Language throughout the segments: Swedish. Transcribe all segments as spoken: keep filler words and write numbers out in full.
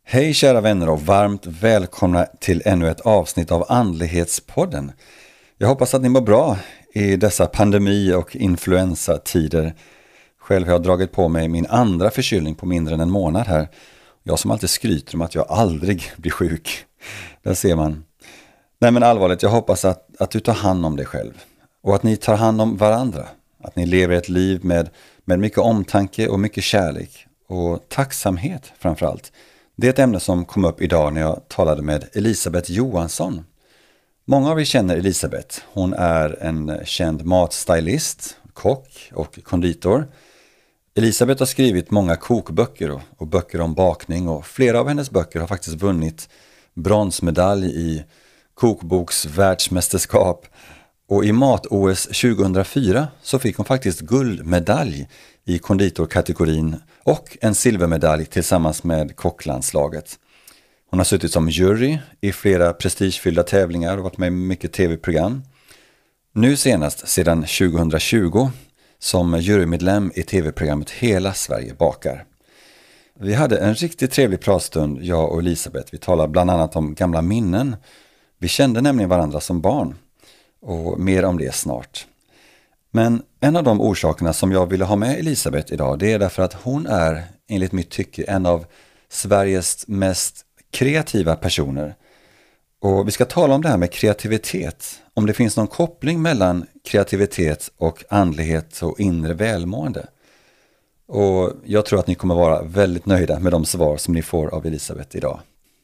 Hej kära vänner och varmt välkomna till ännu ett avsnitt av Andlighetspodden. Jag hoppas att ni mår bra i dessa pandemi- och influensatider. Själv har jag dragit på mig min andra förkylning på mindre än en månad här. Jag som alltid skryter om att jag aldrig blir sjuk. Där ser man. Nej men allvarligt, jag hoppas att, att du tar hand om dig själv. Och att ni tar hand om varandra. Att ni lever ett liv med, med mycket omtanke och mycket kärlek. Och tacksamhet framförallt. Det är ett ämne som kom upp idag när jag talade med Elisabeth Johansson. Många av er känner Elisabeth. Hon är en känd matstylist, kock och konditor. Elisabeth har skrivit många kokböcker och, och böcker om bakning. Och flera av hennes böcker har faktiskt vunnit bronsmedalj i kokboks världsmästerskap. Och i mat-O S tjugohundrafyra så fick hon faktiskt guldmedalj i konditorkategorin och en silvermedalj tillsammans med kocklandslaget. Hon har suttit som jury i flera prestigefyllda tävlingar och varit med i mycket tv-program. Nu senast sedan tjugohundratjugo som jurymedlem i tv-programmet Hela Sverige bakar. Vi hade en riktigt trevlig pratstund, jag och Elisabeth. Vi talade bland annat om gamla minnen. Vi kände nämligen varandra som barn. Och mer om det snart. Men en av de orsakerna som jag ville ha med Elisabeth idag, det är därför att hon är, enligt mitt tycke, en av Sveriges mest kreativa personer. Och vi ska tala om det här med kreativitet. Om det finns någon koppling mellan kreativitet och andlighet och inre välmående. Och jag tror att ni kommer vara väldigt nöjda med de svar som ni får av Elisabeth idag.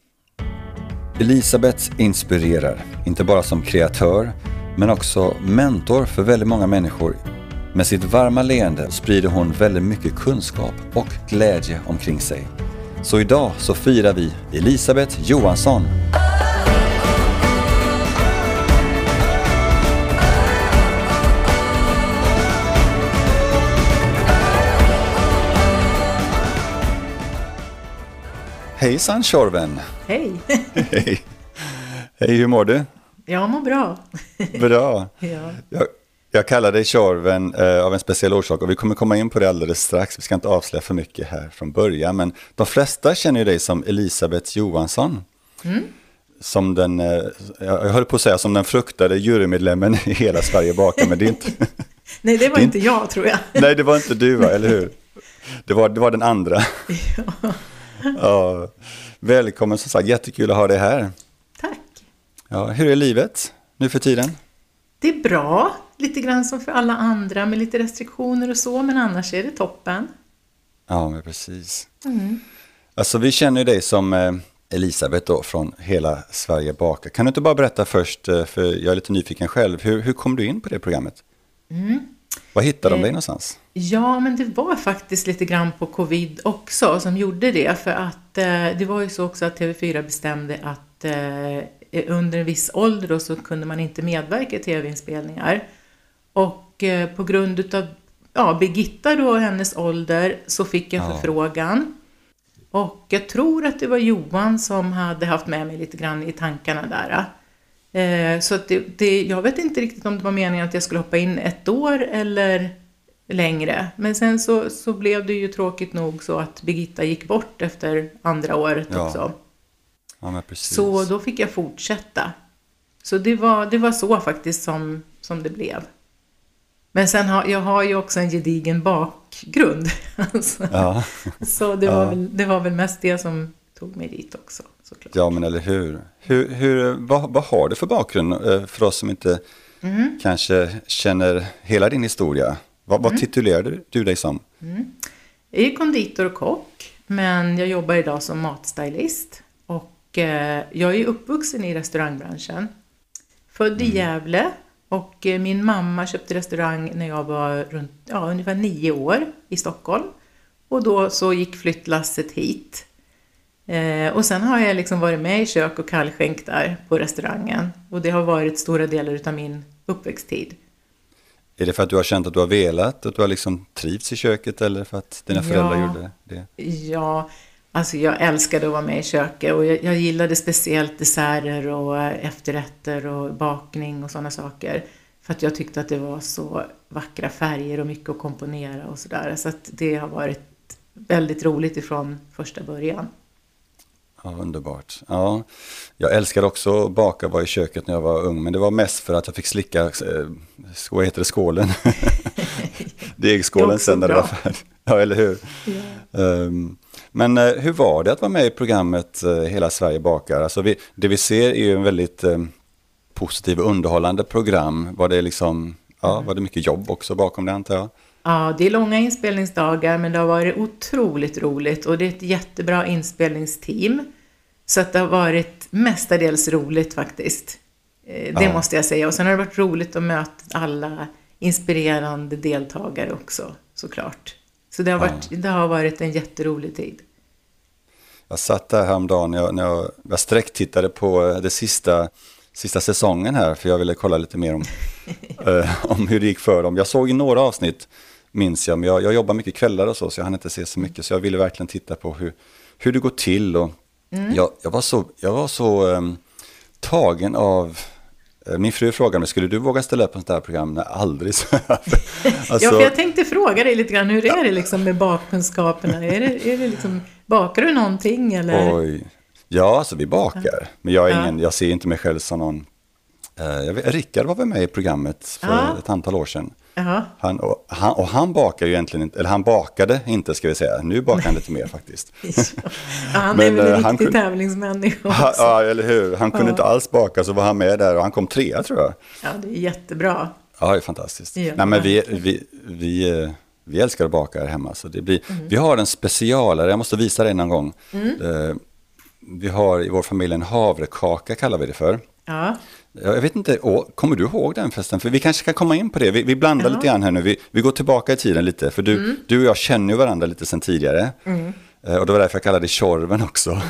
Elisabeth inspirerar, inte bara som kreatör, men också mentor för väldigt många människor. Med sitt varma leende sprider hon väldigt mycket kunskap och glädje omkring sig. Så idag så firar vi Elisabeth Johansson. Hejsan Tjorven! Hej! Hej! Hej, hur mår du? Jag mår bra. Bra. Ja. Jag, jag kallar dig Tjorven eh, av en speciell orsak och vi kommer komma in på det alldeles strax. Vi ska inte avslöja för mycket här från början, men de flesta känner ju dig som Elisabeth Johansson. Mm. Som den, eh, jag höll på att säga som den fruktade jurymedlemmen i Hela Sverige bakar, men det är inte... Nej, det var det inte jag, tror jag. Nej, det var inte du, va? Eller hur? Det var, det var den andra. Ja. Ja, välkommen som sagt, jättekul att ha dig här. Tack. Ja, hur är livet nu för tiden? Det är bra, lite grann som för alla andra med lite restriktioner och så, men annars är det toppen. Ja, men precis. Mm. Alltså vi känner ju dig som eh, Elisabeth då från Hela Sverige bakar. Kan du inte bara berätta först, eh, för jag är lite nyfiken själv, hur, hur kom du in på det programmet? Mm. Var hittade de eh, dig någonstans? Ja, men det var faktiskt lite grann på covid också som gjorde det. För att eh, det var ju så också att T V fyra bestämde att eh, under en viss ålder då, så kunde man inte medverka i tv-inspelningar. Och eh, på grund utav ja, Birgitta då, hennes ålder, så fick jag Ja. förfrågan. Och jag tror att det var Johan som hade haft med mig lite grann i tankarna där. Eh, så att det, det, jag vet inte riktigt om det var meningen att jag skulle hoppa in ett år eller längre. Men sen så, så blev det ju tråkigt nog så att Birgitta gick bort efter andra året Ja. också. Ja, men precis. Så då fick jag fortsätta. Så det var, det var så faktiskt som, som det blev. Men sen har jag har ju också en gedigen bakgrund. Alltså. Ja. Så det var, Ja. väl, det var väl mest det som tog mig dit också, såklart. Ja, men eller hur? hur, hur vad, vad har du för bakgrund eh, för oss som inte Mm. kanske känner hela din historia? Vad, vad Mm. titulerar du dig som? Mm. Jag är konditor och kock, men jag jobbar idag som matstylist. Och eh, jag är uppvuxen i restaurangbranschen. Född i Gävle, och eh, min mamma köpte restaurang när jag var runt, ja, ungefär nio år i Stockholm. Och då så gick flyttlasset hit. Eh, och sen har jag liksom varit med i kök och kallskänk där på restaurangen. Och det har varit stora delar av min uppväxttid. Är det för att du har känt att du har velat, att du har liksom trivts i köket, eller för att dina föräldrar Ja. gjorde det? Ja, alltså jag älskade att vara med i köket, och jag, jag gillade speciellt desserter och efterrätter och bakning och sådana saker. För att jag tyckte att det var så vackra färger och mycket att komponera och sådär. Så att det har varit väldigt roligt ifrån första början. Ja, underbart. Ja, jag älskade också att baka, var i köket när jag var ung, men det var mest för att jag fick slicka, eh, vad heter det, skålen? Degskålen sen när det var färdigt. Ja, eller hur? Ja. Um, men uh, hur var det att vara med i programmet uh, Hela Sverige bakar? Alltså vi, det vi ser är ju en väldigt um, positiv och underhållande program. Var det liksom, ja, var det mycket jobb också bakom det, antar jag? Ja, det är långa inspelningsdagar, men det har varit otroligt roligt och det är ett jättebra inspelningsteam. Så att det har varit mestadels roligt faktiskt. Det ja. måste jag säga. Och sen har det varit roligt att möta alla inspirerande deltagare också, såklart. Så det har varit, ja. det har varit en jätterolig tid. Jag satt där häromdagen när jag, när jag, jag sträcktittade på det sista, sista säsongen här, för jag ville kolla lite mer om, eh, om hur det gick för dem. Jag såg ju några avsnitt, minns jag, men jag, jag jobbar mycket kvällar och så, så jag hann inte se så mycket. Så jag ville verkligen titta på hur, hur det går till. Och mm. jag, jag var så, jag var så um, tagen av... Min fru frågade mig, skulle du våga ställa upp på ett sånt här program? Nej, aldrig. alltså, ja, för jag tänkte fråga dig lite grann, hur är det liksom med bakkunskaperna? Är det, är det liksom, bakar du någonting eller? Oj. Ja, alltså vi bakar. Ja. Men jag, är ingen, jag ser inte mig själv som någon... Eh, jag vet, Rickard var väl med i programmet för ja. ett antal år sedan. Uh-huh. Han, och, han, och han bakar ju egentligen inte, eller han bakade inte, ska vi säga. Nu bakar han lite mer faktiskt. ja, han men, är väl en riktig kunde, tävlingsmänniska också. Ja, eller hur. Han kunde ja. inte alls baka, så var han med där och han kom trea, tror jag. Ja, det är jättebra. Ja, det är fantastiskt. Ja, Nej, men vi, vi, vi, vi älskar att baka här hemma. Så det blir, mm. Vi har en specialare, jag måste visa dig någon gång. Mm. Uh, vi har i vår familj en havrekaka, kallar vi det för. Ja. Jag vet inte, åh, kommer du ihåg den festen? För vi kanske ska komma in på det. Vi, vi blandar ja. lite grann här nu. Vi, vi går tillbaka i tiden lite. För du, mm. du och jag känner ju varandra lite sedan tidigare. Mm. Eh, och det var därför jag kallade det Tjorven också. Mm.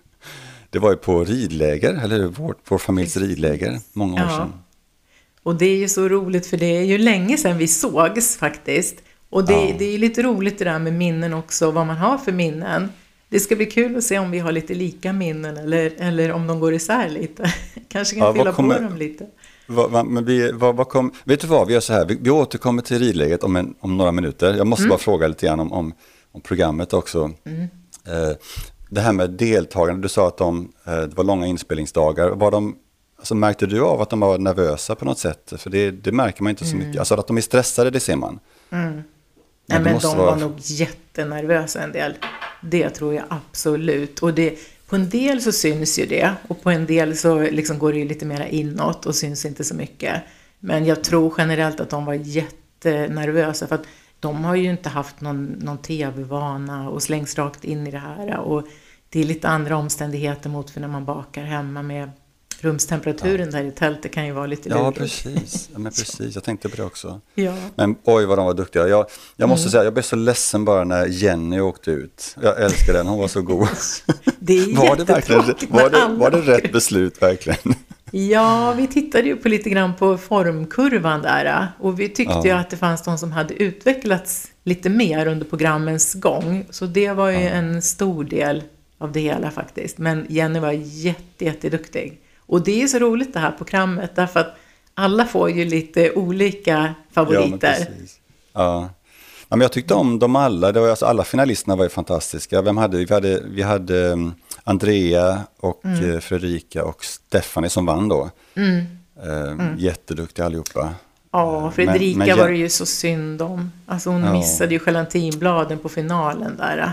Det var ju på ridläger, eller vår, vår familjs ridläger, många år ja. sedan. Och det är ju så roligt, för det är ju länge sedan vi sågs faktiskt. Och det, ja. det är ju lite roligt det där med minnen också, vad man har för minnen. Det ska bli kul att se om vi har lite lika minnen eller, eller om de går isär lite. Kanske kan ja, fylla kommer, på dem lite. Vad, vad, men vi, vad, vad kom, vet du vad, vi gör så här. Vi, vi återkommer till ridläget om, en, om några minuter. Jag måste mm. bara fråga lite grann om, om, om programmet också. Mm. Eh, det här med deltagande, du sa att de, eh, det var långa inspelningsdagar. Var de, alltså, märkte du av att de var nervösa på något sätt? För det, det märker man inte så mm. mycket. Alltså att de är stressade, det ser man. Mm. Nej, men de vara... var nog jättenervösa en del. Det tror jag absolut. Och det, på en del så syns ju det. Och på en del så liksom går det ju lite mer inåt och syns inte så mycket. Men jag tror generellt att de var jättenervösa. För att de har ju inte haft någon, någon tv-vana och slängs rakt in i det här. Och det är lite andra omständigheter mot för när man bakar hemma med rumstemperaturen ja. där i tältet kan ju vara lite ja, lurigt. Precis. Ja, men precis. Jag tänkte på det också. Ja. Men oj vad de var duktiga. Jag, jag måste mm. säga, jag blev så ledsen bara när Jenny åkte ut. Jag älskar den, hon var så god. Det är var det verkligen var det, var det rätt beslut verkligen? Ja, vi tittade ju på lite grann på formkurvan där. Och vi tyckte ja. ju att det fanns de som hade utvecklats lite mer under programmens gång. Så det var ju ja. en stor del av det hela faktiskt. Men Jenny var jätte, jätteduktig. Och det är så roligt det här programmet, därför att alla får ju lite olika favoriter. Ja, men precis. Ja. Ja, men jag tyckte om dem alla. Det var alltså, alla finalisterna var ju fantastiska. Vem hade vi? Vi hade, vi hade um, Andrea och mm. uh, Fredrika och Stephanie som vann då. Mm. Uh, mm. Jätteduktiga allihopa. Ja, Fredrika men, men, var det ju så synd om. Alltså hon ja. missade ju gelatinbladen på finalen där.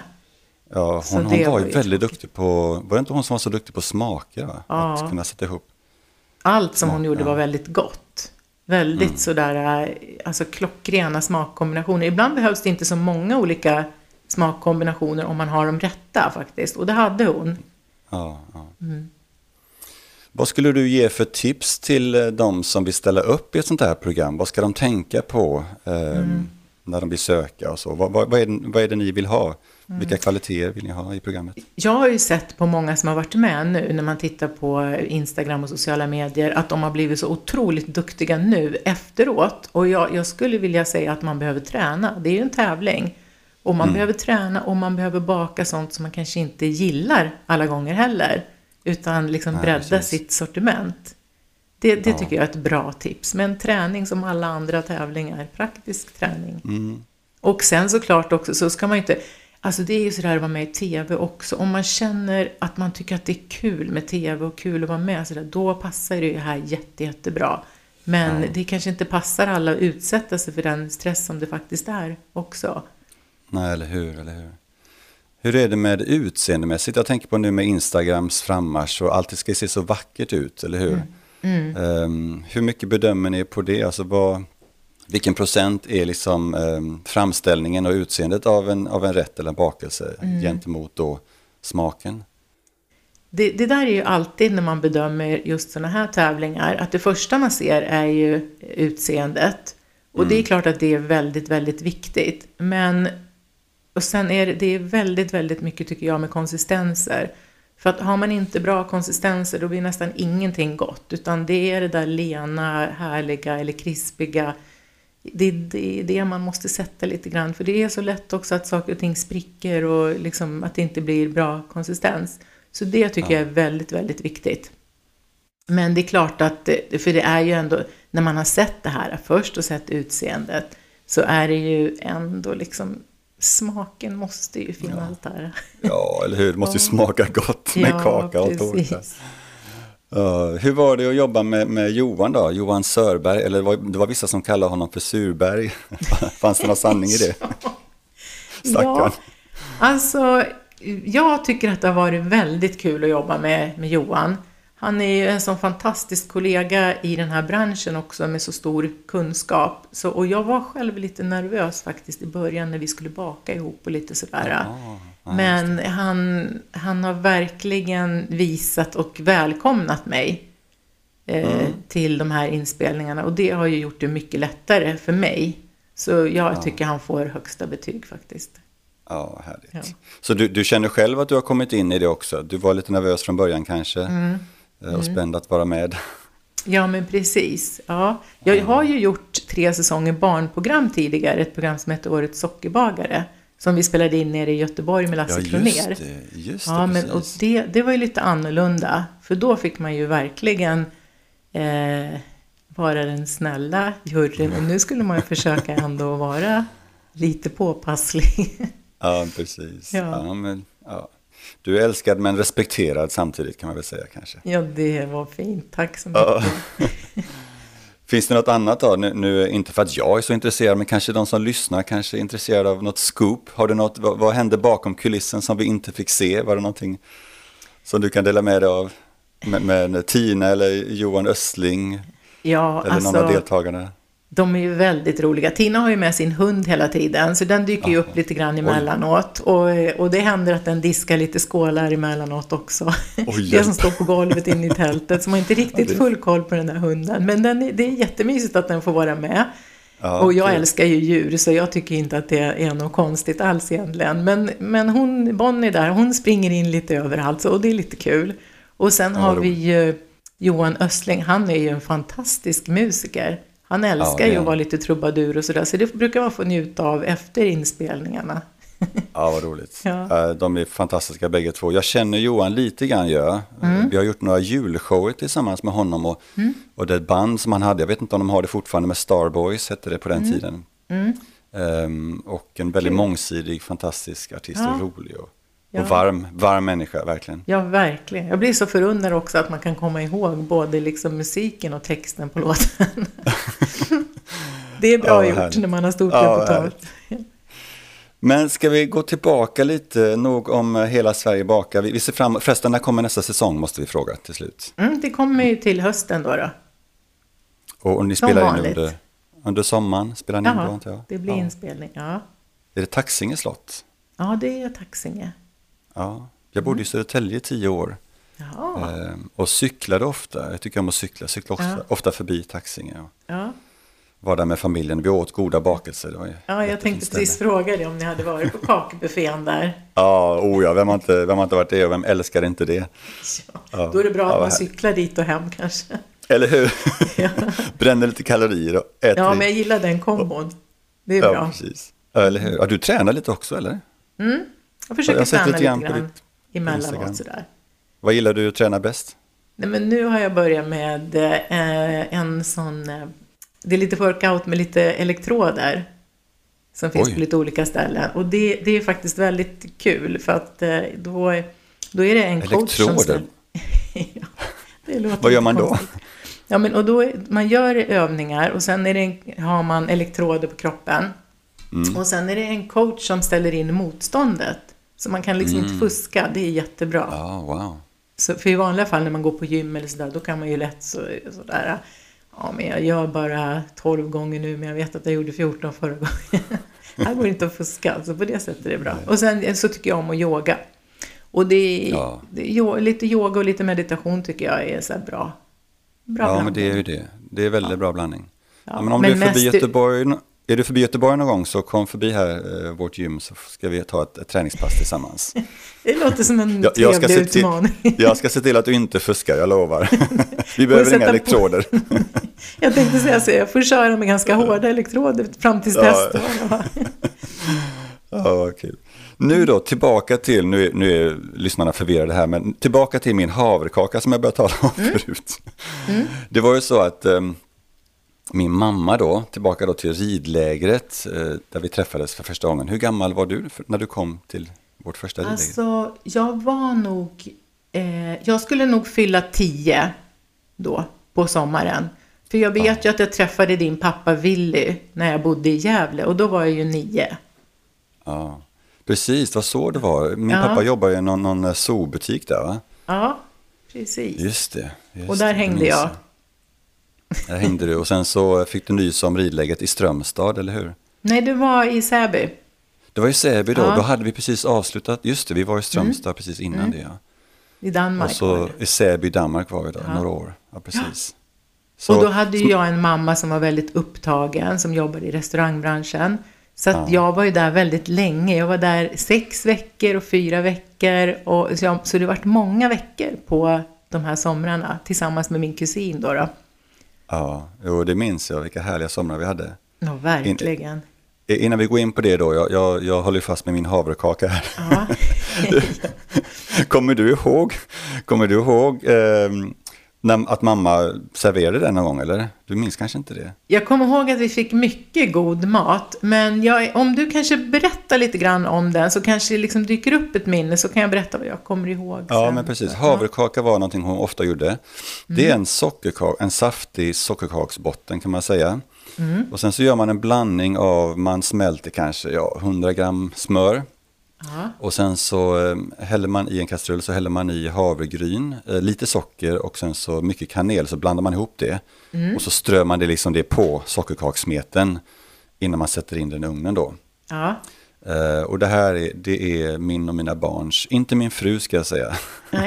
Ja, hon, hon var ju väldigt duktig på, var det inte hon som var så duktig på smaker? Va? Ja. Att kunna sätta ihop. Allt som smak, hon gjorde ja. var väldigt gott. Väldigt mm. sådär, alltså klockrena smakkombinationer. Ibland behövs det inte så många olika smakkombinationer om man har de rätta faktiskt. Och det hade hon. Ja, ja. Mm. Vad skulle du ge för tips till de som vill ställa upp i ett sånt här program? Vad ska de tänka på eh, mm. när de vill söka och så? Vad, vad, vad, är det, vad är det ni vill ha? Mm. Vilka kvaliteter vill ni ha i programmet? Jag har ju sett på många som har varit med nu när man tittar på Instagram och sociala medier att de har blivit så otroligt duktiga nu efteråt. Och jag, jag skulle vilja säga att man behöver träna. Det är ju en tävling. Och man mm. behöver träna och man behöver baka sånt som man kanske inte gillar alla gånger heller. Utan liksom Nej, bredda precis. sitt sortiment. Det, det ja. tycker jag är ett bra tips. Men träning som alla andra tävlingar. Praktisk träning. Mm. Och sen såklart också så ska man ju inte... Alltså det är ju sådär att vara med i tv också. Om man känner att man tycker att det är kul med tv och kul att vara med, så där, då passar det ju här jätte, jättebra. Men ja. Det kanske inte passar alla att utsätta sig för den stress som det faktiskt är också. Nej, eller hur, eller hur. Hur är det med utseendemässigt? Jag tänker på nu med Instagrams frammarsch och allt ska se så vackert ut, eller hur? Mm. Mm. Um, hur mycket bedömer ni på det? Alltså vad, vilken procent är liksom um, framställningen och utseendet av en, av en rätt eller en bakelse mm. gentemot då smaken? Det, det där är ju alltid när man bedömer just sådana här tävlingar, att det första man ser är ju utseendet. Och mm. det är klart att det är väldigt, väldigt viktigt. Men, och sen är det, det är väldigt, väldigt mycket tycker jag med konsistenser. För att har man inte bra konsistenser då blir nästan ingenting gott. Utan det är det där lena, härliga eller krispiga. Det är det, det man måste sätta lite grann. För det är så lätt också att saker och ting spricker och liksom att det inte blir bra konsistens. Så det tycker ja. jag är väldigt, väldigt viktigt. Men det är klart att, för det är ju ändå, när man har sett det här först och sett utseendet, så är det ju ändå liksom, smaken måste ju finnas ja. där. Ja, eller hur? Det måste ju smaka gott med ja, kaka och tårta. Uh, hur var det att jobba med, med Johan då? Johan Sörberg, eller det var, det var vissa som kallade honom för Surberg. Fanns det någon sanning i det? Stackarn. Ja, alltså... Jag tycker att det har varit väldigt kul att jobba med, med Johan. Han är ju en sån fantastisk kollega i den här branschen också med så stor kunskap. Så, och jag var själv lite nervös faktiskt i början när vi skulle baka ihop och lite sådär. Ja, ja, Men han, han har verkligen visat och välkomnat mig eh, mm. till de här inspelningarna. Och det har ju gjort det mycket lättare för mig. Så jag ja. tycker han får högsta betyg faktiskt. Ja, härligt. Ja. Så du, du känner själv att du har kommit in i det också? Du var lite nervös från början kanske mm. Mm. och spänd att vara med. Ja, men precis. Ja. Jag har ju gjort tre säsonger barnprogram tidigare. Ett program som heter Årets sockerbagare. Som vi spelade in nere i Göteborg med Lasse Kronér. Ja, just det. Just det, ja, men, och det, det var ju lite annorlunda. För då fick man ju verkligen eh, vara den snälla juryn. Och nu skulle man ju försöka ändå vara lite påpasslig. Ja, precis. Ja. Ja, men, ja. Du är älskad men respekterad samtidigt kan man väl säga kanske. Ja, det var fint. Tack så mycket. Ja. Finns det något annat då? Nu, nu, inte för att jag är så intresserad, men kanske de som lyssnar kanske är intresserade av något scoop. Har du något, vad, vad hände bakom kulissen som vi inte fick se? Var det någonting som du kan dela med dig av med, med Tina eller Johan Östling? Ja, eller alltså... någon av deltagarna? De är ju väldigt roliga. Tina har ju med sin hund hela tiden. Så den dyker ju upp lite grann emellanåt. Och, och det händer att den diskar lite skålar emellanåt också. Oj, det som står på golvet inne i tältet. Så man har inte riktigt full koll på den där hunden. Men den är, det är jättemysigt att den får vara med. Ja, och jag okay. älskar ju djur. Så jag tycker inte att det är något konstigt alls egentligen. Men, men hon, Bonnie där, hon springer in lite överallt. Så, och det är lite kul. Och sen ja, har vi ju Johan Östling. Han är ju en fantastisk musiker. Han älskar ja, ju att vara lite trubadur och sådär. Så det brukar man få njuta av efter inspelningarna. Ja, vad roligt. Ja. De är fantastiska bägge två. Jag känner Johan lite grann, ja. Mm. Vi har gjort några julshower tillsammans med honom. Och, mm. och det band som han hade, jag vet inte om de har det fortfarande, med Starboys hette det på den mm. tiden. Mm. Um, och en väldigt Kul. mångsidig, fantastisk artist ja. och rolig. Och, ja. och varm, varm människa, verkligen. Ja, verkligen. Jag blir så förundrad också att man kan komma ihåg både liksom musiken och texten på låten. Det är bra ja, gjort härligt. När man har stort ja, repertoar. Men ska vi gå tillbaka lite nog om Hela Sverige bakar. Vi, vi ser fram, förresten, när kommer nästa säsong måste vi fråga till slut. Mm, det kommer ju till hösten då. då. Och, och ni Som spelar vanligt. in under, under sommaren? Spelar ni Jaha, in då, det blir ja. inspelning, ja. Är det Taxinge slott? Ja, det är Taxinge. Ja, jag bodde i Södertälje i tio år. Ja. Ehm, och cyklade ofta. Jag tycker om att cykla. Cykla ofta, ja. ofta förbi Taxinge. Och ja. var där med familjen. Vi åt goda bakelser. Det var ja, jag tänkte precis fråga dig om ni hade varit på kakbuffén där. Ja, oh ja, vem har inte, vem har inte varit det och vem älskar inte det? Ja, ja. Då är det bra att ja, man cyklar dit och hem kanske. Eller hur? Ja. Bränner lite kalorier och äter. Ja, men jag gillar den kombon. Det är ja, bra. Precis. Eller hur? Ja, du tränar lite också, eller? Mm, jag försöker jag träna lite lite grann, grann emellanåt sådär. Vad gillar du att träna bäst? Nej, men nu har jag börjat med eh, en sån... Eh, det är lite workout med lite elektroder. som finns Oj. på lite olika ställen. Och det, det är faktiskt väldigt kul för att eh, då, då är det en coach som... Elektroder? Ja, det låter Vad gör lite man då? konstigt. Ja, men och då är, man gör övningar och sen är det, har man elektroder på kroppen. Mm. Och sen är det en coach som ställer in motståndet. Så man kan liksom Mm. inte fuska, det är jättebra. Ja, wow. Så för i vanliga fall när man går på gym eller sådär, då kan man ju lätt så, sådär, ja men jag gör bara tolv gånger nu, men jag vet att jag gjorde fjorton förra gången. Här går det inte att fuska, så på det sättet är det bra. Och sen så tycker jag om att yoga. Och det är, Ja. det är lite yoga och lite meditation tycker jag är så här bra. Bra Ja, blandning. men det är ju det. Det är väldigt Ja. bra blandning. Ja, Ja, men om men du är förbi mest- Göteborg, är du förbi Göteborg någon gång så kom förbi här, eh, vårt gym, så ska vi ta ett, ett träningspass tillsammans. Det låter som en Jag, jag, ska trevlig se till, utmaning. jag ska se till att du inte fuskar, jag lovar. Vi behöver sätta inga på- elektroder. Jag tänkte säga så jag får köra med ganska hårda elektroder fram tills Ja. test. Ja. Ja, vad kul. Nu då, tillbaka till, nu är, nu är lyssnarna förvirrade här, men tillbaka till min havrekaka som jag började tala om Mm. förut. Det var ju så att um, min mamma då, tillbaka då till ridlägret uh, där vi träffades för första gången. Hur gammal var du för, när du kom till vårt första ridläger? Alltså, jag var nog... Eh, jag skulle nog fylla tio då, på sommaren. För jag vet ju att jag träffade din pappa Willy när jag bodde i Gävle. Och då var jag ju nio. Ja, precis, det var så det var. Min Ja. pappa jobbar i någon, någon zoobutik där, va? Ja, precis. Just det. Just Och där det, hängde minns jag. Där hängde du och sen så fick du nys om ridläget i Strömstad, eller hur? Nej, det var i Säby. Det var i Säby då, Ja. då hade vi precis avslutat, just det, vi var i Strömstad precis innan det. Ja. I Danmark. Och var så det. i Säby i Danmark var vi då, Ja. några år. Ja, precis. Så, Och då hade ju jag en mamma som var väldigt upptagen, som jobbade i restaurangbranschen. Så att Ja. jag var ju där väldigt länge. Jag var där sex veckor och fyra veckor. Och, så, jag, så det varit många veckor på de här somrarna tillsammans med min kusin då. då. Ja, jo, det minns jag, vilka härliga somrar vi hade. Ja, verkligen. I- Innan vi går in på det då, jag, jag, jag håller fast med min havrekaka här. Ja. Kommer du ihåg, kommer du ihåg eh, när, att mamma serverade den någon gång, eller? Du minns kanske inte det? Jag kommer ihåg att vi fick mycket god mat. Men jag, om du kanske berättar lite grann om den så kanske det liksom dyker upp ett minne, så kan jag berätta vad jag kommer ihåg Ja, sen. men precis. Havrekaka var någonting hon ofta gjorde. Det är en sockerkaka, en saftig sockerkaksbotten kan man säga. Och sen så gör man en blandning av, man smälter kanske ja, hundra gram smör. Ja. Och sen så eh, häller man i en kastrull, så häller man i havregryn, eh, lite socker och sen så mycket kanel, så blandar man ihop det. Och så strör man det liksom det på sockerkakssmeten innan man sätter in den i ugnen då. Ja. Eh, och det här är, det är min och mina barns, inte min fru ska jag säga. Nej.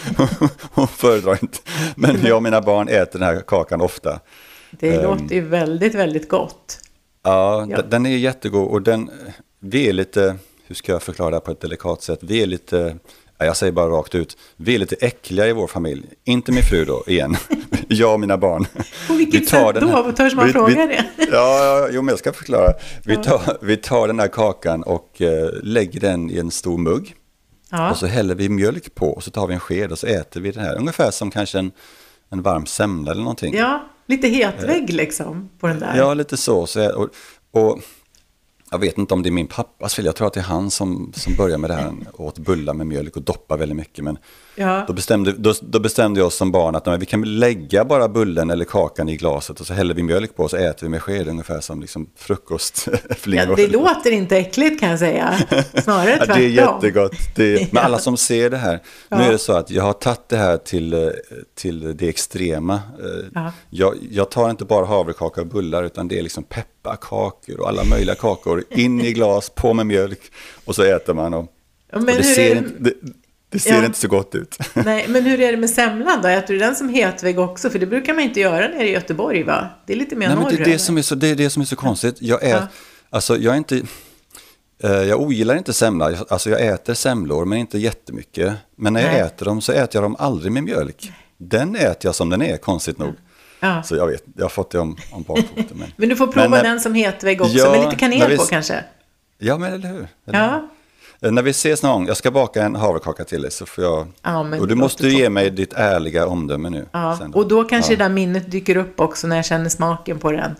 Hon föredrar inte. Men jag och mina barn äter den här kakan ofta. Det Ehm. låter ju väldigt, väldigt gott. Ja, Ja. d- den är jättegod och den, vi är lite, hur ska jag förklara det på ett delikat sätt, vi är lite, ja, jag säger bara rakt ut, vi är lite äckliga i vår familj. Inte min fru då, igen. Jag och mina barn. På vilket Vi tar sätt den här- då? Törs man vi- fråga vi- det? Ja, ja, jo, men jag ska förklara. Vi tar, vi tar den här kakan och eh, lägger den i en stor mugg. Ja. Och så häller vi mjölk på och så tar vi en sked och så äter vi den här. Ungefär som kanske en, en varm semla eller någonting. Ja, lite hetvägg liksom på den där. Ja, lite så. så är- och, och jag vet inte om det är min pappas fel. Jag tror att det är han som, som börjar med det här. Och åt bullar med mjölk och doppa väldigt mycket. Men Ja. då, bestämde, då, då bestämde jag oss som barn att nej, vi kan lägga bara bullen eller kakan i glaset. Och så häller vi mjölk på och så äter vi med sked. Ungefär som liksom frukost. Ja, det låter inte äckligt kan jag säga. Snarare Ja, tvärtom. det är jättegott. Det är, men Ja. alla som ser det här, nu Ja. är det så att jag har tagit det här till, eh, till det extrema. Eh, Ja. Jag, jag tar inte bara havrekaka och bullar utan det är liksom pepparkakor och alla möjliga kakor in i glas, på med mjölk och så äter man. Och, Ja, och men det, hur ser är det- inte, det, det ser Ja. inte så gott ut. Nej, men hur är det med semlan då? Äter du den som hetvägg också? För det brukar man inte göra nere i Göteborg, va? Det är lite mer Nej, men det, är norröver. det, som är så, det är det som är så konstigt. Jag, är, Ja. alltså, jag är inte... eh, Jag ogillar inte semla, Jag- alltså jag äter semlor men inte jättemycket. Men när jag Nej. äter dem så äter jag dem aldrig med mjölk. Den äter jag som den är, konstigt nog. Ja. Så jag vet, jag har fått det om, om bakfoten. Men, Men du får prova Men, eh, den som hetvägg också, ja, med lite kanel när vi på s- kanske. ja, men eller hur? Eller Ja. hur? Eh, När vi ses någon gång, jag ska baka en havrekaka till dig så får jag... Ja, men och det du måste låter ge toppen. mig ditt ärliga omdöme nu. Ja. sen. Och då kanske Ja. det där minnet dyker upp också när jag känner smaken på den.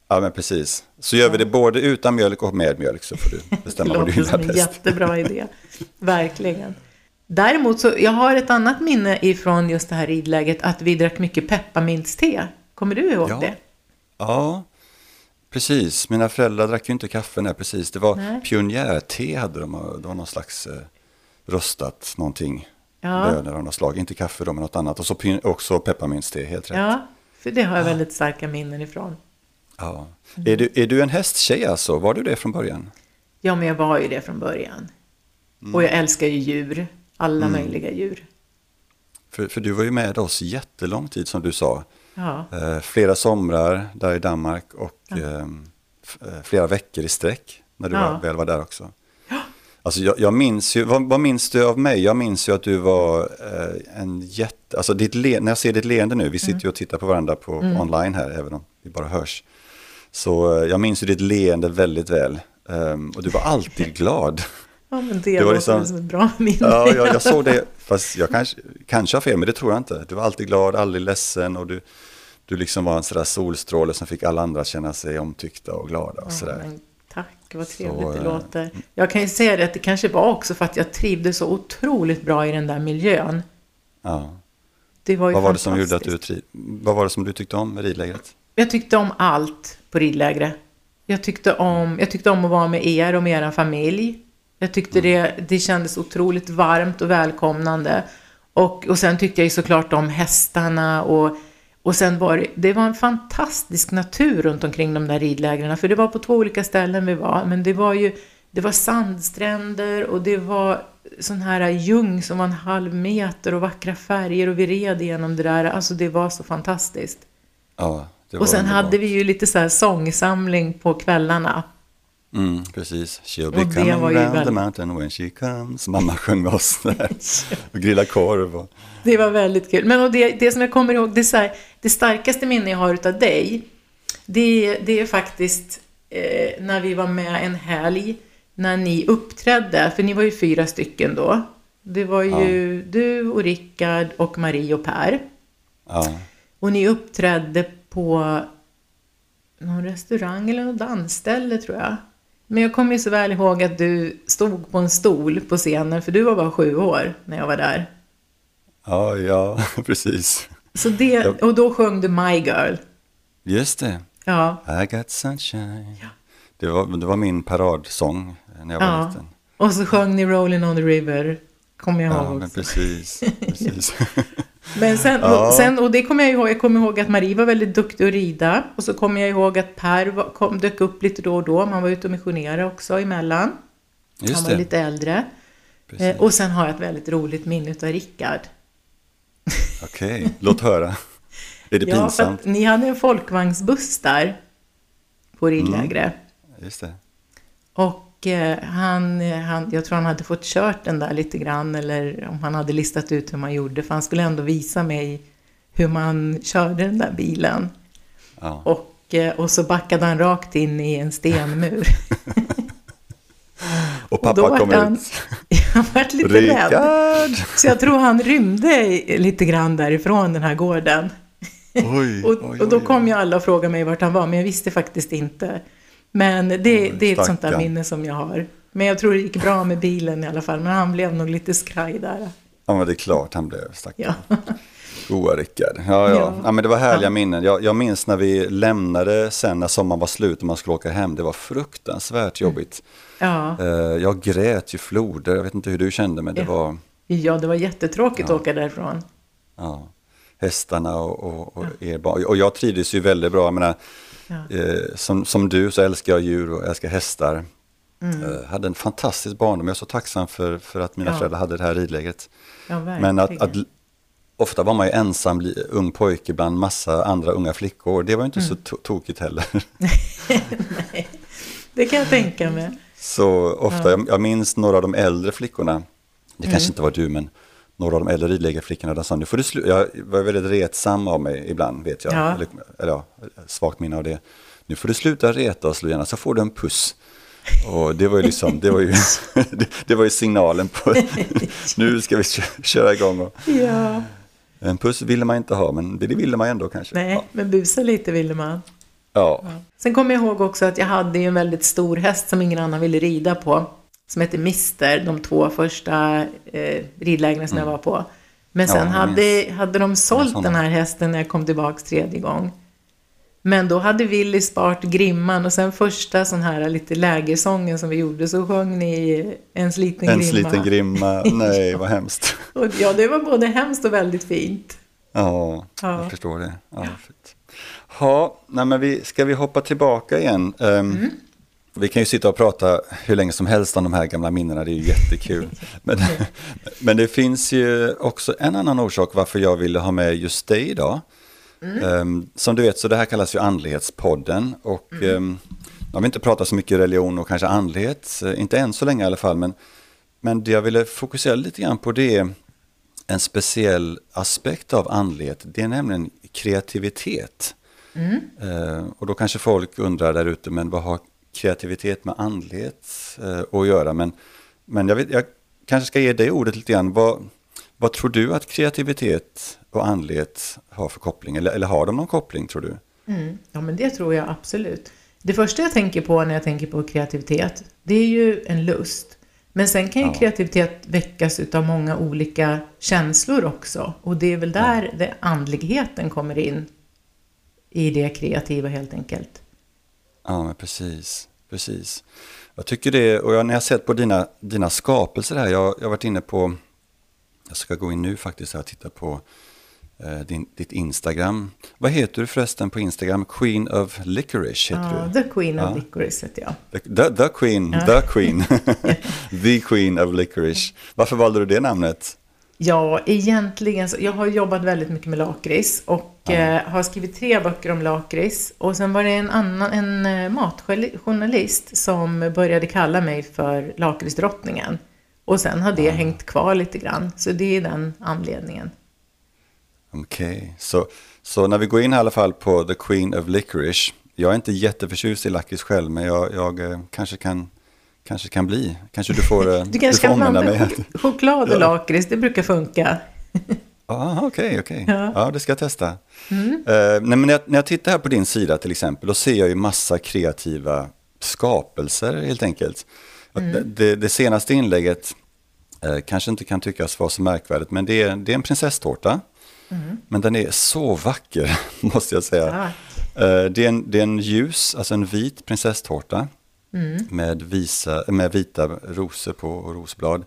Ja, men precis. Så gör vi det både utan mjölk och med mjölk, så får du bestämma vad du gillar bäst. Det låter som en jättebra idé. Verkligen. Däremot så, jag har ett annat minne ifrån just det här ridläget, att vi drack mycket pepparmintste. Kommer du ihåg ja. det? Ja, precis. Mina föräldrar drack ju inte kaffe där, precis. Det var Nej. pionjärte hade de, det var någon slags eh, röstat någonting. Ja. Bönor av något slag, inte kaffe då, men något annat. Och så också pepparmintste, helt rätt. Ja, för det har jag väldigt starka minnen ifrån. Ja. Mm. Är, du, är du en hästtjej alltså? Var du det från början? Ja, men jag var ju det från början. Mm. Och jag älskar ju djur. Alla mm. möjliga djur. För, för du var ju med oss jättelång tid, som du sa. Ja. Eh, flera somrar där i Danmark och ja. eh, f- flera veckor i sträck när du ja. var, väl var där också. Ja. Alltså jag, jag minns ju, vad, vad minns du av mig? Jag minns ju att du var eh, en jätte, alltså ditt le, när jag ser ditt leende nu, vi sitter mm. ju och tittar på varandra på mm. online här, även om vi bara hörs. Så eh, jag minns ju ditt leende väldigt väl. Um, och du var alltid glad. Ja, men det, det var liksom som ett bra minne. Ja, jag, jag såg det, fast jag kanske, kanske har fel, men det tror jag inte. Du var alltid glad, aldrig ledsen, och du, du liksom var en sådär solstråle som fick alla andra att känna sig omtyckta och glada och sådär. Ja, tack, vad trevligt så, det låter. Jag kan ju säga det att det kanske var också för att jag trivdes så otroligt bra i den där miljön. Ja. Det var ju vad var det som gjorde att du triv, vad var det som du tyckte om med ridlägret? Jag tyckte om allt på ridlägret. Jag tyckte om, jag tyckte om att vara med er och med er familj. Jag tyckte mm. det, det kändes otroligt varmt och välkomnande. Och, och sen tyckte jag ju såklart om hästarna. Och, och sen var det, det var en fantastisk natur runt omkring de där ridlägren. För det var på två olika ställen vi var. Men det var ju, det var sandstränder och det var sån här ljung som var en halv meter och vackra färger. Och vi red igenom det där. Alltså det var så fantastiskt. Ja. Och sen hade vi ju lite så här sångsamling på kvällarna. Mm, precis. She'll be coming round väldigt... the mountain when she comes. Mamma sjöng med oss där. Och grilla korv. Och... Det var väldigt kul. Men och det, det som jag kommer ihåg, det, är så här, det starkaste minne jag har utav dig, det, det är faktiskt eh, när vi var med en helg, när ni uppträdde. För ni var ju fyra stycken då. Det var ju ja. du och Rickard och Marie och Per. Ja. Och ni uppträdde på någon restaurang eller något dansställe, tror jag. Men jag kommer ju så väl ihåg att du stod på en stol på scenen, för du var bara sju år när jag var där. Ja, ja, precis. Så det, och då sjöng du My Girl. Just det. Ja. I got sunshine. Ja. Det var, det var min paradsång när jag var ja. liten. Och så sjöng ni Rolling on the River, kommer jag ihåg ja, också. Men precis, precis. Men sen, ja. och, sen, och det kommer jag ihåg, jag kommer ihåg att Marie var väldigt duktig att rida. Och så kommer jag ihåg att Per var, kom, dök upp lite då och då. Man var ute och missionerade också emellan. Just Han var det. lite äldre. Eh, och sen har jag ett väldigt roligt minne av Rickard. Okej, okay. Låt höra. Är det ja, pinsamt? Ni hade en folkvagnsbuss där på ridlägre. Mm, just det. Och eh, han, han, jag tror han hade fått kört den där lite grann. Eller om han hade listat ut hur man gjorde. För han skulle ändå visa mig hur man körde den där bilen. Ja. Och, eh, och så backade han rakt in i en stenmur. Och pappa och kom han, ut. Jag var lite Rickard. rädd. Så jag tror han rymde lite grann därifrån den här gården. Oj, och, oj, och då oj, kom oj. ju alla och frågade mig vart han var. Men jag visste faktiskt inte. Men det, oj, det är ett sånt där stackarn. minne som jag har. Men jag tror det gick bra med bilen i alla fall. Men han blev nog lite skraj där. Ja, men det är klart han blev stackarn. Ja. Goa Rickard. Ja, ja. Ja. ja, men det var härliga Ja. minnen. Jag, jag minns när vi lämnade sen när sommaren var slut och man skulle åka hem. Det var fruktansvärt jobbigt. Ja. Eh, jag grät ju floder. Jag vet inte hur du kände, men det Ja. var... Ja, det var jättetråkigt Ja. att åka därifrån. Ja. Hästarna och, och, och er barn. Och jag trivdes ju väldigt bra. Jag menar, Ja. eh, som, som du så älskar jag djur och älskar hästar. Mm. Eh, hade en fantastisk barndom. Jag är så tacksam för, för att mina Ja. föräldrar hade det här ridläget. Ja, verkligen. Men att, att ofta var man ju ensam li- ung pojke bland massa andra unga flickor. Det var ju inte Mm. så to- tokigt heller. Nej, det kan jag tänka mig. Så ofta, Ja. jag, jag minns några av de äldre flickorna. Det Mm. kanske inte var du, men några av de äldre ridlägarflickorna där sa, nu får du slu-. Jag var väldigt retsam av mig ibland, vet jag. Ja. Eller, eller ja, svagt minne av det. Nu får du sluta reta oss, Luciana, så får du en puss. Och det var ju liksom, det var ju, det, det var ju signalen på, nu ska vi kö- köra igång. Och, Ja. en puss ville man inte ha, men det, det ville man ändå kanske. Nej, Ja. men busa lite ville man. Ja. Ja. Sen kommer jag ihåg också att jag hade ju en väldigt stor häst som ingen annan ville rida på. Som heter Mister, de två första eh, ridlägren som mm. jag var på. Men sen ja, hade, hade de sålt den här hästen när jag kom tillbaka tredje gång. Men då hade Willy spart Grimman och sen första sån här lite lägersången som vi gjorde så sjöng ni Ens liten Ens grimma. liten grimma, nej vad hemskt. Och ja, det var både hemskt och väldigt fint. Ja, ja. Jag förstår det. Ja, fint. Ja, nej, men vi, ska vi hoppa tillbaka igen? Um, mm. Vi kan ju sitta och prata hur länge som helst om de här gamla minnena, det är ju jättekul. men, men det finns ju också en annan orsak varför jag ville ha med just dig idag. Mm. Um, som du vet så det här kallas ju Andlighetspodden och mm. um, jag vill inte prata så mycket religion och kanske andlighet, inte än så länge i alla fall, men, men det jag ville fokusera lite grann på det är en speciell aspekt av andlighet, det är nämligen kreativitet. Mm. Uh, och då kanske folk undrar där ute, men vad har kreativitet med andlighet uh, att göra? Men, men jag, vet, jag kanske ska ge dig ordet lite grann, vad Vad tror du att kreativitet och andlighet har för koppling? Eller, eller har de någon koppling, tror du? Mm. Ja, men det tror jag absolut. Det första jag tänker på när jag tänker på kreativitet, det är ju en lust. Men sen kan ju ja. kreativitet väckas av många olika känslor också. Och det är väl där ja. det andligheten kommer in i det kreativa helt enkelt. Ja, men precis. precis. Jag tycker det, och jag, när jag sett på dina, dina skapelser här, jag, jag har varit inne på... Jag ska gå in nu faktiskt och titta på eh, din, ditt Instagram. Vad heter du förresten på Instagram? Queen of Licorice heter ja, du? The Queen ja. of Licorice heter jag. The, the, the Queen, ja. the Queen. The Queen of Licorice. Varför valde du det namnet? Ja, egentligen så, jag har jobbat väldigt mycket med lakrits och ja. eh, har skrivit tre böcker om lakrits. Och sen var det en annan, en eh, matjournalist som började kalla mig för lakritsdrottningen. Och sen har det ja. hängt kvar lite grann. Så det är den anledningen. Okej, okay. så, så när vi går in i alla fall på The Queen of Licorice. Jag är inte jätteförtjust i lakrits själv, men jag, jag eh, kanske, kan, kanske kan bli. Kanske du får eh, Du kanske kan blanda ch- choklad och lakrits, det brukar funka. Ja, okej, okej. Ja. ja, det ska jag testa. Mm. Uh, nej, men när, jag, när jag tittar här på din sida till exempel, då ser jag ju massa kreativa skapelser helt enkelt. Mm. Det, det senaste inlägget eh, kanske inte kan tyckas vara så märkvärdigt, men det är, det är en prinsesstårta. Mm. Men den är så vacker, måste jag säga. Eh, det, är en, det är en ljus, alltså en vit prinsesstårta mm. med, visa, med vita rosor på och rosblad.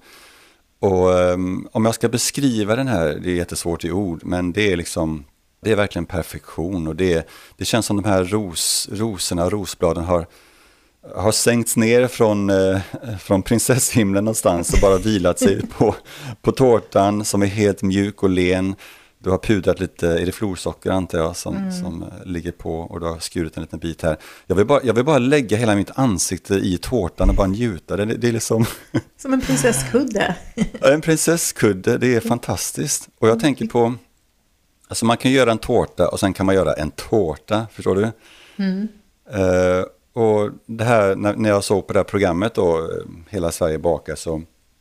Och um, om jag ska beskriva den här, det är jättesvårt i ord, men det är liksom, det är verkligen perfektion. Och det, det känns som de här ros, rosorna och rosbladen har har sänkts ner från, eh, från prinsesshimlen någonstans och bara vilat sig på, på tårtan som är helt mjuk och len. Du har pudrat lite, är det florsocker antar jag som, mm. som ligger på och du har skurit en liten bit här. Jag vill, bara, jag vill bara lägga hela mitt ansikte i tårtan och bara njuta. Det, det är liksom... Som en prinsesskudde. En prinsesskudde, det är fantastiskt. Och jag tänker på, alltså man kan göra en tårta och sen kan man göra en tårta, förstår du? Mm. Uh, Och det här, när, när jag såg på det här programmet då, Hela Sverige bakar, så,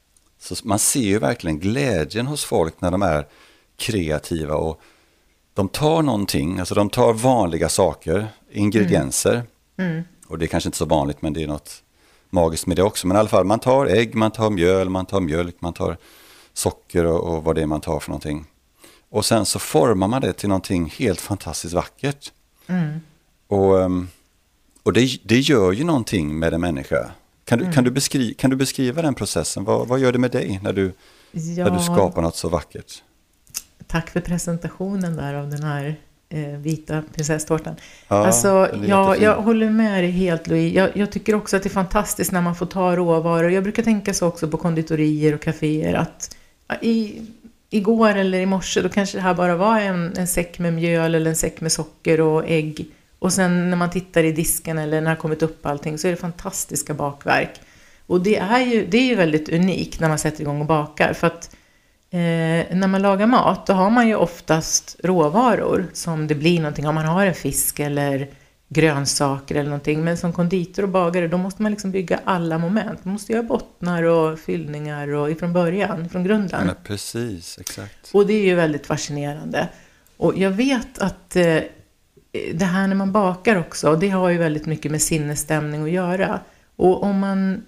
så man ser ju verkligen glädjen hos folk när de är kreativa och de tar någonting, alltså de tar vanliga saker, ingredienser, mm. Mm. och det är kanske inte så vanligt men det är något magiskt med det också, men i alla fall man tar ägg, man tar mjöl, man tar mjölk, man tar socker och, och vad det är man tar för någonting. Och sen så formar man det till någonting helt fantastiskt vackert. Mm. Och... Um, Och det, det gör ju någonting med en människa. Kan du, mm. kan du, beskriva, kan du beskriva den processen? Vad, vad gör det med dig när du, ja. när du skapar något så vackert? Tack för presentationen där av den här eh, vita prinsesstårtan. Ja, alltså, ja, jag håller med dig helt, Louise. Jag, jag tycker också att det är fantastiskt när man får ta råvaror. Jag brukar tänka så också på konditorier och kaféer. Att ja, i, igår eller i morse då kanske det här bara var en, en säck med mjöl eller en säck med socker och ägg. Och sen när man tittar i disken eller när det har kommit upp allting så är det fantastiska bakverk. Och det är ju, det är ju väldigt unikt när man sätter igång och bakar. För att eh, när man lagar mat då har man ju oftast råvaror som det blir någonting. Om man har en fisk eller grönsaker eller någonting. Men som konditor och bagare då måste man liksom bygga alla moment. Man måste göra bottnar och fyllningar och ifrån början, från grunden. Ja, precis, exakt. Och det är ju väldigt fascinerande. Och jag vet att... Eh, det här när man bakar också, det har ju väldigt mycket med sinnesstämning att göra. Och om man,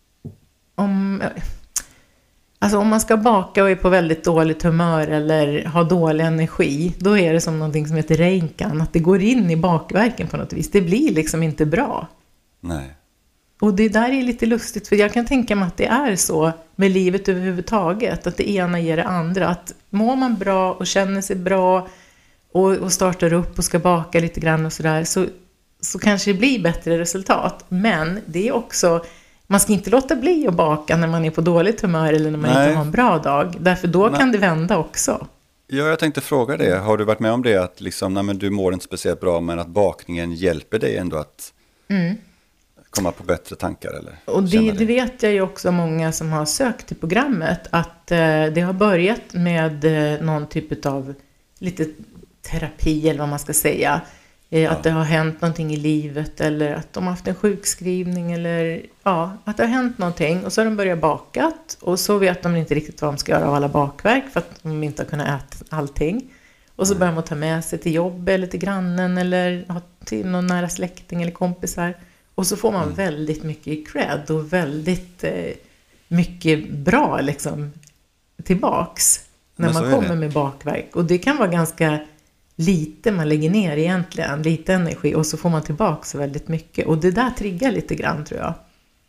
om, alltså om man ska baka och är på väldigt dåligt humör eller har dålig energi, då är det som någonting som heter reinkan, att det går in i bakverken på något vis. Det blir liksom inte bra. Nej. Och det där är lite lustigt, för jag kan tänka mig att det är så med livet överhuvudtaget, att det ena ger det andra. Att mår man bra och känner sig bra och, och startar upp och ska baka lite grann och sådär, så, så kanske det blir bättre resultat. Men det är också, man ska inte låta bli att baka när man är på dåligt humör eller när man Nej. inte har en bra dag. Därför då Nej. kan det vända också. Ja, jag tänkte fråga det. Har du varit med om det att liksom, nej, men du mår inte speciellt bra, men att bakningen hjälper dig ändå att... Mm. komma på bättre tankar eller? Och det, det vet jag ju också många som har sökt till programmet, att eh, det har börjat med eh, någon typ av lite terapi eller vad man ska säga. Eh, ja. Att det har hänt någonting i livet eller att de har haft en sjukskrivning eller ja, att det har hänt någonting och så har de börjat bakat och så vet de inte riktigt vad de ska göra av alla bakverk för att de inte har kunnat äta allting. Och så börjar man ta med sig till jobb eller till grannen eller till någon nära släkting eller kompisar. Och så får man mm. väldigt mycket cred och väldigt eh, mycket bra liksom, tillbaks när man kommer med bakverk. Och det kan vara ganska lite man lägger ner egentligen, lite energi. Och så får man tillbaks väldigt mycket. Och det där triggar lite grann tror jag.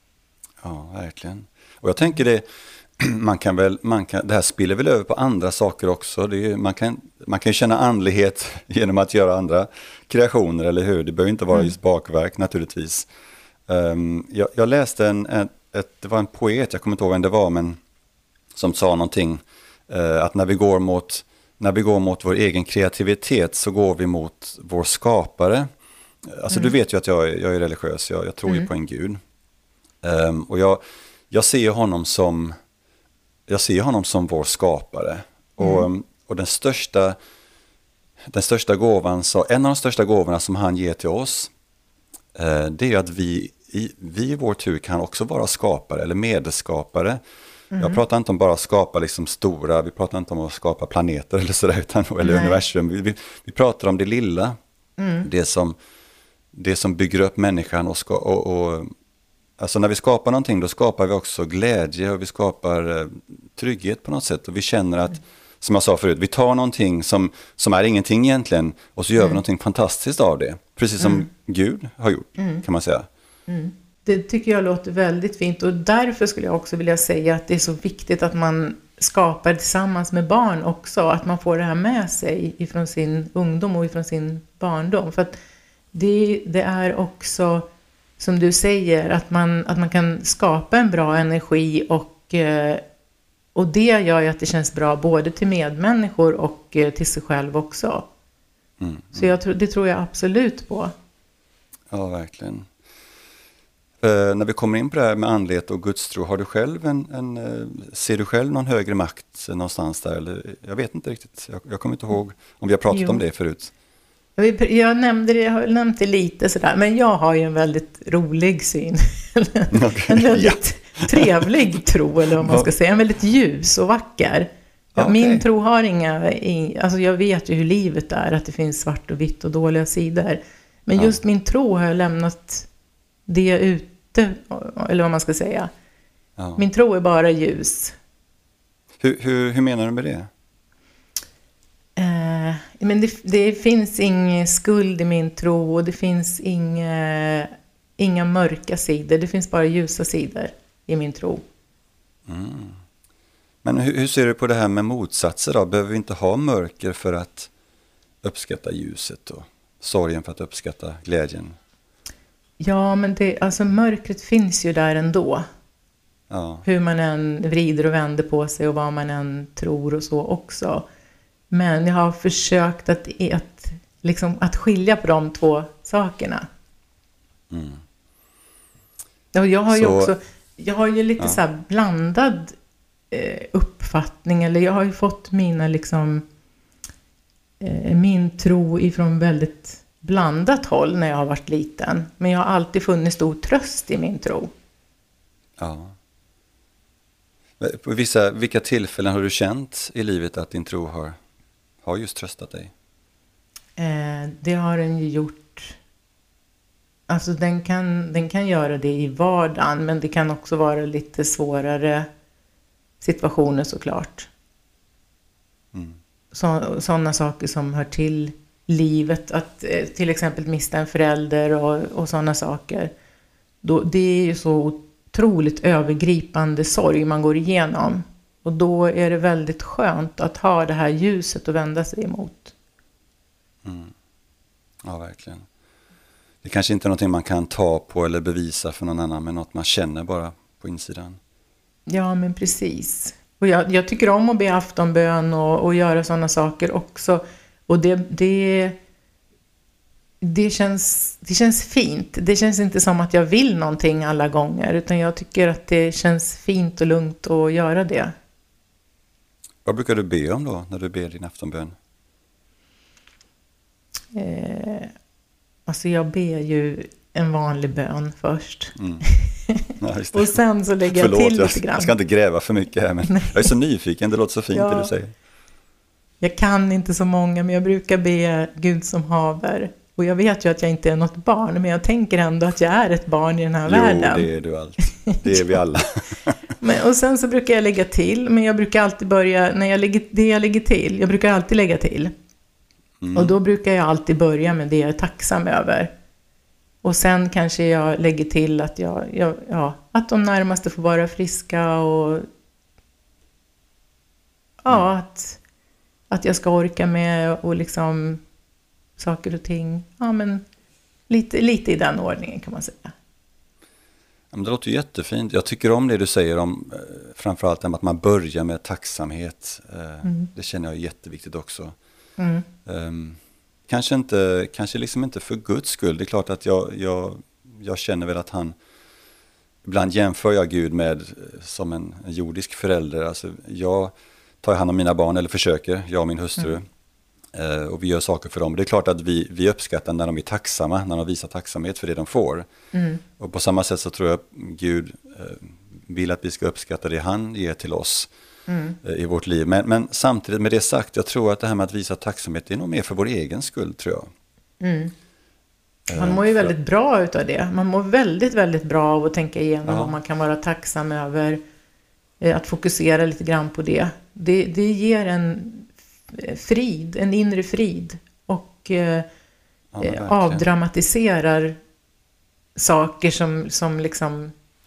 Ja, verkligen. Och jag tänker det, man kan väl, man kan, det här spiller väl över på andra saker också. Det är, man, kan, man kan ju känna andlighet genom att göra andra kreationer, eller hur? Det behöver inte vara just bakverk naturligtvis. Um, jag, jag läste en, en, ett, det var en poet, jag kommer inte ihåg vem det var, men som sa någonting, uh, att när vi går mot, när vi går mot vår egen kreativitet så går vi mot vår skapare. Alltså mm. du vet ju att jag, jag är religiös, jag, jag tror mm. ju på en gud. Um, och jag, jag ser honom som jag ser honom som vår skapare. Mm. Och, och den största den största gåvan, så en av de största gåvorna som han ger till oss, eh, det är att vi i, vi i vår tur kan också vara skapare eller medskapare. Mm. Jag pratar inte om bara att skapa liksom stora, vi pratar inte om att skapa planeter eller sådär, utan, eller universum. Vi, vi, vi pratar om det lilla, mm. det, som, det som bygger upp människan och, ska, och, och alltså när vi skapar någonting, då skapar vi också glädje och vi skapar eh, trygghet på något sätt. Och vi känner att, mm. som jag sa förut, vi tar någonting som, som är ingenting egentligen och så gör mm. vi någonting fantastiskt av det. Precis som mm. Gud har gjort, mm. kan man säga. Mm. Det tycker jag låter väldigt fint och därför skulle jag också vilja säga att det är så viktigt att man skapar tillsammans med barn också. Att man får det här med sig ifrån sin ungdom och ifrån sin barndom. För att det, det är också... som du säger, att man, att man kan skapa en bra energi och, och det gör ju att det känns bra både till medmänniskor och till sig själv också. Mm, mm. Så jag tror, det tror jag absolut på. Ja, verkligen. Uh, när vi kommer in på det här med andlighet och gudstro, har du själv en, en, uh, ser du själv någon högre makt någonstans där? Eller, jag vet inte riktigt, jag, jag kommer inte ihåg om vi har pratat jo. om det förut. Jag nämnde det, jag har nämnt det lite sådär, men jag har ju en väldigt rolig syn. Okay. En väldigt ja. trevlig tro, eller vad man ska säga. En väldigt ljus och vacker. Okay. Min tro har inga, alltså jag vet ju hur livet är, att det finns svart och vitt och dåliga sidor. Men ja. just min tro har jag lämnat det ute, eller vad man ska säga. Ja. Min tro är bara ljus. Hur, hur, hur menar du med det? Eh, men det, det finns ingen skuld i min tro och det finns inga, inga mörka sidor. Det finns bara ljusa sidor i min tro. Mm. Men hur, hur ser du på det här med motsatser då? Behöver vi inte ha mörker för att uppskatta ljuset och sorgen för att uppskatta glädjen? Ja, men det, alltså mörkret finns ju där ändå. Ja. Hur man än vrider och vänder på sig och vad man än tror och så också. Men jag har försökt att, att, liksom, att skilja på de två sakerna. Mm. Och jag har så, ju också, jag har ju lite ja. så här blandad eh, uppfattning. Eller jag har ju fått mina liksom, eh, min tro ifrån väldigt blandat håll när jag har varit liten. Men jag har alltid funnit stor tröst i min tro. Ja. På vissa, vilka tillfällen har du känt i livet att din tro har, har just tröstat dig? Eh, det har den ju gjort. Alltså den kan, den kan göra det i vardagen, men det kan också vara lite svårare situationer såklart. Mm. Så, sådana saker som hör till livet, att eh, till exempel mista en förälder och, och sådana saker. Då, det är ju så otroligt övergripande sorg man går igenom. Och då är det väldigt skönt att ha det här ljuset att vända sig emot. Mm. Ja, verkligen. Det kanske inte är någonting man kan ta på eller bevisa för någon annan, men något man känner bara på insidan. Ja, men precis. Och jag, jag tycker om att be aftonbön och, och göra sådana saker också. Och det, det, det, känns, det känns fint. Det känns inte som att jag vill någonting alla gånger, utan jag tycker att det känns fint och lugnt att göra det. Vad brukar du be om då när du ber din aftonbön? Eh, alltså jag ber ju en vanlig bön först. Mm. Ja, just det. Och sen så lägger jag Förlåt, till lite grann. Jag ska inte gräva för mycket här, men jag är så nyfiken. Det låter så fint Ja. det du säger. Jag kan inte så många, men jag brukar be Gud som haver. Och jag vet ju att jag inte är något barn, men jag tänker ändå att jag är ett barn i den här Jo, världen. det är du allt. Det är vi alla. Men, och sen så brukar jag lägga till, men jag brukar alltid börja, när jag lägger, det jag lägger till, jag brukar alltid lägga till. Mm. Och då brukar jag alltid börja med det jag är tacksam över. Och sen kanske jag lägger till att, jag, jag, ja, att de närmaste får vara friska och ja, Mm. att, att jag ska orka med och liksom saker och ting. Ja, men lite, lite i den ordningen kan man säga. Ja, men det låter ju jättefint. Jag tycker om det du säger om eh, framförallt att man börjar med tacksamhet. Eh, Mm. Det känner jag är jätteviktigt också. Mm. Um, kanske inte, kanske liksom inte för Guds skull. Det är klart att jag, jag, jag känner väl att han, ibland jämför jag Gud med eh, som en, en jordisk förälder. Alltså jag tar hand om mina barn, eller försöker, jag och min hustru. Mm. Eh, och vi gör saker för dem. Det är klart att vi, vi uppskattar när de är tacksamma, när de visar tacksamhet för det de får. Mm. Och på samma sätt så tror jag att Gud eh, vill att vi ska uppskatta det han ger till oss. Mm. I vårt liv. Men, men samtidigt med det sagt, jag tror att det här med att visa tacksamhet är nog mer för vår egen skull, tror jag. Mm. Man mår ju För- väldigt bra utav det. Man mår väldigt, väldigt bra av att tänka igenom Ja. vad man kan vara tacksam över. Eh, Att fokusera lite grann på det. Det, det ger en frid, en inre frid. Och eh, Ja, men eh, verkligen. avdramatiserar saker som, som liksom...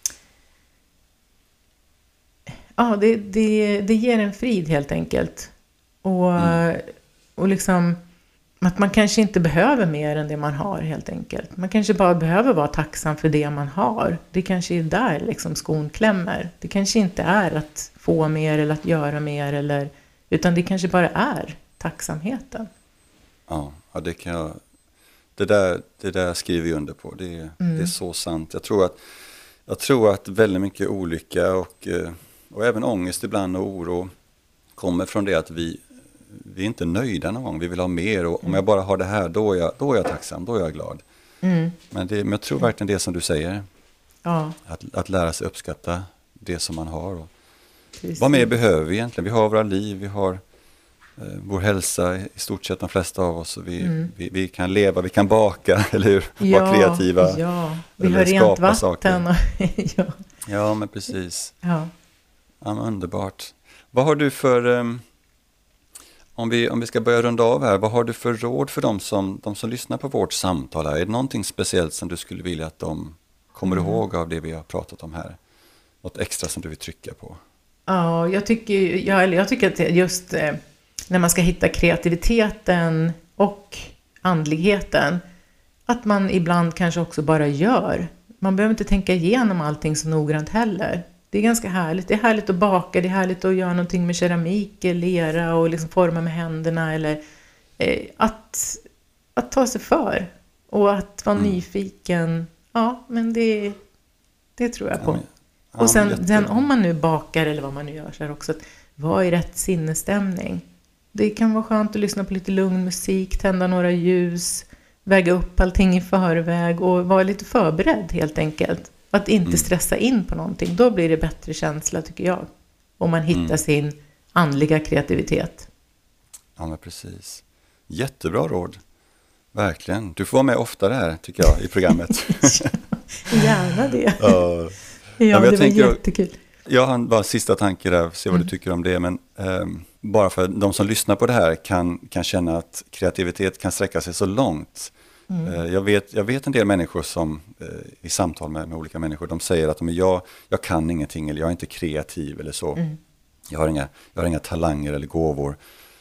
Ja, det, det, det ger en frid helt enkelt. Och, Mm. och liksom att man kanske inte behöver mer än det man har helt enkelt. Man kanske bara behöver vara tacksam för det man har. Det kanske är där liksom skon klämmer. Det kanske inte är att få mer eller att göra mer. Eller, utan det kanske bara är tacksamheten. Ja, ja, det kan jag... Det där, det där skriver jag under på. Det är, Mm. det är så sant. Jag tror att, jag tror att väldigt mycket olycka och, eh, och även ångest ibland och oro kommer från det att vi, vi är inte nöjda någon gång. Vi vill ha mer, och om jag bara har det här, då är jag, då är jag tacksam, då är jag glad. Mm. Men, det, men jag tror verkligen det som du säger, Ja, att, att lära sig uppskatta det som man har. Och precis. vad mer behöver vi egentligen? Vi har våra liv, vi har eh, vår hälsa, i stort sett de flesta av oss. Och vi, Mm. vi, vi kan leva, vi kan baka, eller hur? Ja, Vara kreativa. Ja, vi eller har rent skapa vatten. Och, ja, Ja, men precis. ja. Ja, men underbart. Vad har du för, um, om, vi, om vi ska börja runda av här, vad har du för råd för dem som, de som lyssnar på vårt samtal här? Är det någonting speciellt som du skulle vilja att de kommer Mm. ihåg av det vi har pratat om här? Något extra som du vill trycka på? Ja, jag tycker, ja, eller jag tycker att just eh, när man ska hitta kreativiteten och andligheten, att man ibland kanske också bara gör. Man behöver inte tänka igenom allting så noggrant heller. Det är ganska härligt. Det är härligt att baka, det är härligt att göra någonting med keramik, lera och liksom forma med händerna. Eller eh, att, att ta sig för och att vara Mm. nyfiken. Ja, men det, det tror jag Ja, på. men- ja, Och sen, men sen jätte- om man nu bakar eller vad man nu gör, så är det också att vara i rätt sinnesstämning. Det kan vara skönt att lyssna på lite lugn musik, tända några ljus, väga upp allting i förväg och vara lite förberedd helt enkelt. Att inte Mm. stressa in på någonting. Då blir det bättre känsla tycker jag. Om man hittar Mm. sin andliga kreativitet. Ja, men precis. Jättebra råd. verkligen. Du får vara med oftare här, tycker jag, i programmet. Gärna det. Uh, ja, ja det var tänker, jättekul. Jag har bara sista tanke där, se vad mm. du tycker om det. Men um, bara för de som lyssnar på det här kan, kan känna att kreativitet kan sträcka sig så långt. Mm. Uh, jag, vet, jag vet en del människor som uh, i samtal med, med olika människor, de säger att de, jag, jag kan ingenting eller jag är inte kreativ eller så. Mm. Jag, har inga, jag har inga talanger eller gåvor.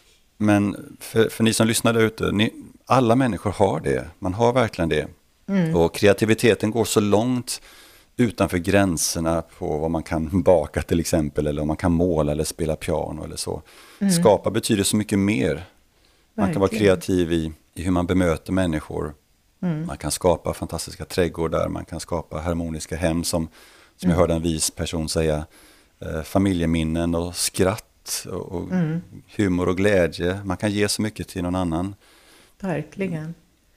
Men för, för ni som lyssnar där ute, ni, alla människor har det. Man har verkligen det. Mm. Och kreativiteten går så långt utanför gränserna på vad man kan baka till exempel. Eller om man kan måla eller spela piano eller så. Mm. Skapa betyder så mycket mer. Man verkligen. Kan vara kreativ i, i hur man bemöter människor. Mm. Man kan skapa fantastiska trädgårdar. Man kan skapa harmoniska hem som, som mm. jag hörde en vis person säga. Eh, familjeminnen och skratt. Och, och mm. humor och glädje. Man kan ge så mycket till någon annan. Verkligen.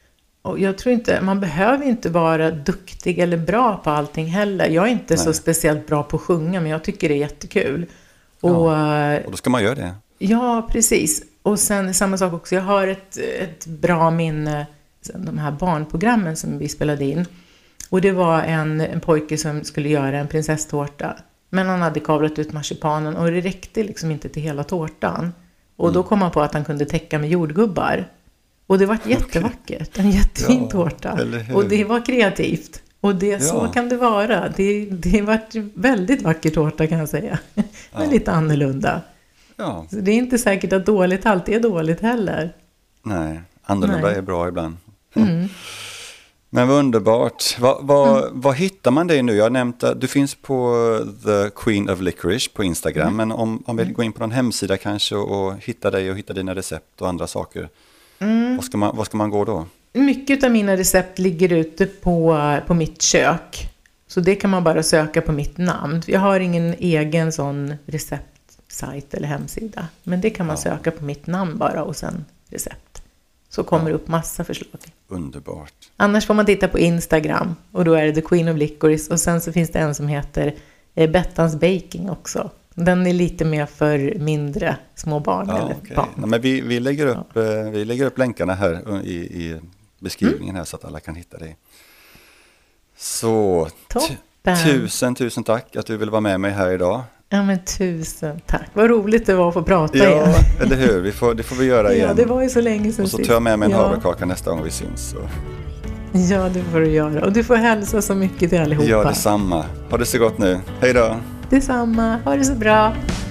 Och jag tror inte, man behöver inte vara duktig eller bra på allting heller. Jag är inte Nej. så speciellt bra på att sjunga, men jag tycker det är jättekul. Och, ja, och då ska man göra det. Ja, precis. Och sen samma sak också, jag har ett, ett bra minne, de här barnprogrammen som vi spelade in. Och det var en, en pojke som skulle göra en prinsesstårta. Men han hade kavlat ut marsipanen och det räckte liksom inte till hela tårtan. Och mm. då kom han på att han kunde täcka med jordgubbar. Och det var jättevackert, en jättefin ja, tårta. Och det var kreativt. Och det, ja. så kan det vara. Det, det var en väldigt vacker tårta kan jag säga. Men ja. lite annorlunda. Ja. Så det är inte säkert att dåligt alltid är dåligt heller. Nej, annorlunda Nej. är bra ibland. Mm. Men vad underbart. Vad, vad, mm. vad hittar man dig nu? Jag har nämnt att du finns på The Queen of Licorice på Instagram. Mm. Men om man vill gå in på någon hemsida kanske och hitta dig och hitta dina recept och andra saker. Mm. Vad ska man, vad ska man gå då? Mycket av mina recept ligger ute på, på mitt kök. Så det kan man bara söka på mitt namn. Jag har ingen egen sån receptsajt eller hemsida. Men det kan man ja. söka på mitt namn bara och sen recept. Så kommer ja. upp massa förslag. Underbart. Annars får man titta på Instagram. Och då är det The Queen of Licorice. Och sen så finns det en som heter eh, Bettans Baking också. Den är lite mer för mindre små barn. Ja, eller okay. barn. Ja, men vi, vi, lägger upp, ja. eh, vi lägger upp länkarna här i, i beskrivningen mm. här så att alla kan hitta det. Så t- tusen, tusen tack att du vill vara med mig här idag. Ja men tusen tack. Vad roligt det var att få prata ja, igen. Ja, eller hur? Vi får, det får vi göra igen. Ja, det var ju så länge sedan. Och så tar jag med mig en ja. havrekaka nästa gång vi syns. Så. Ja, det får du göra. Och du får hälsa så mycket till allihopa. Ja, detsamma. Ha det så gott nu. Hej då. Detsamma. Ha det så bra.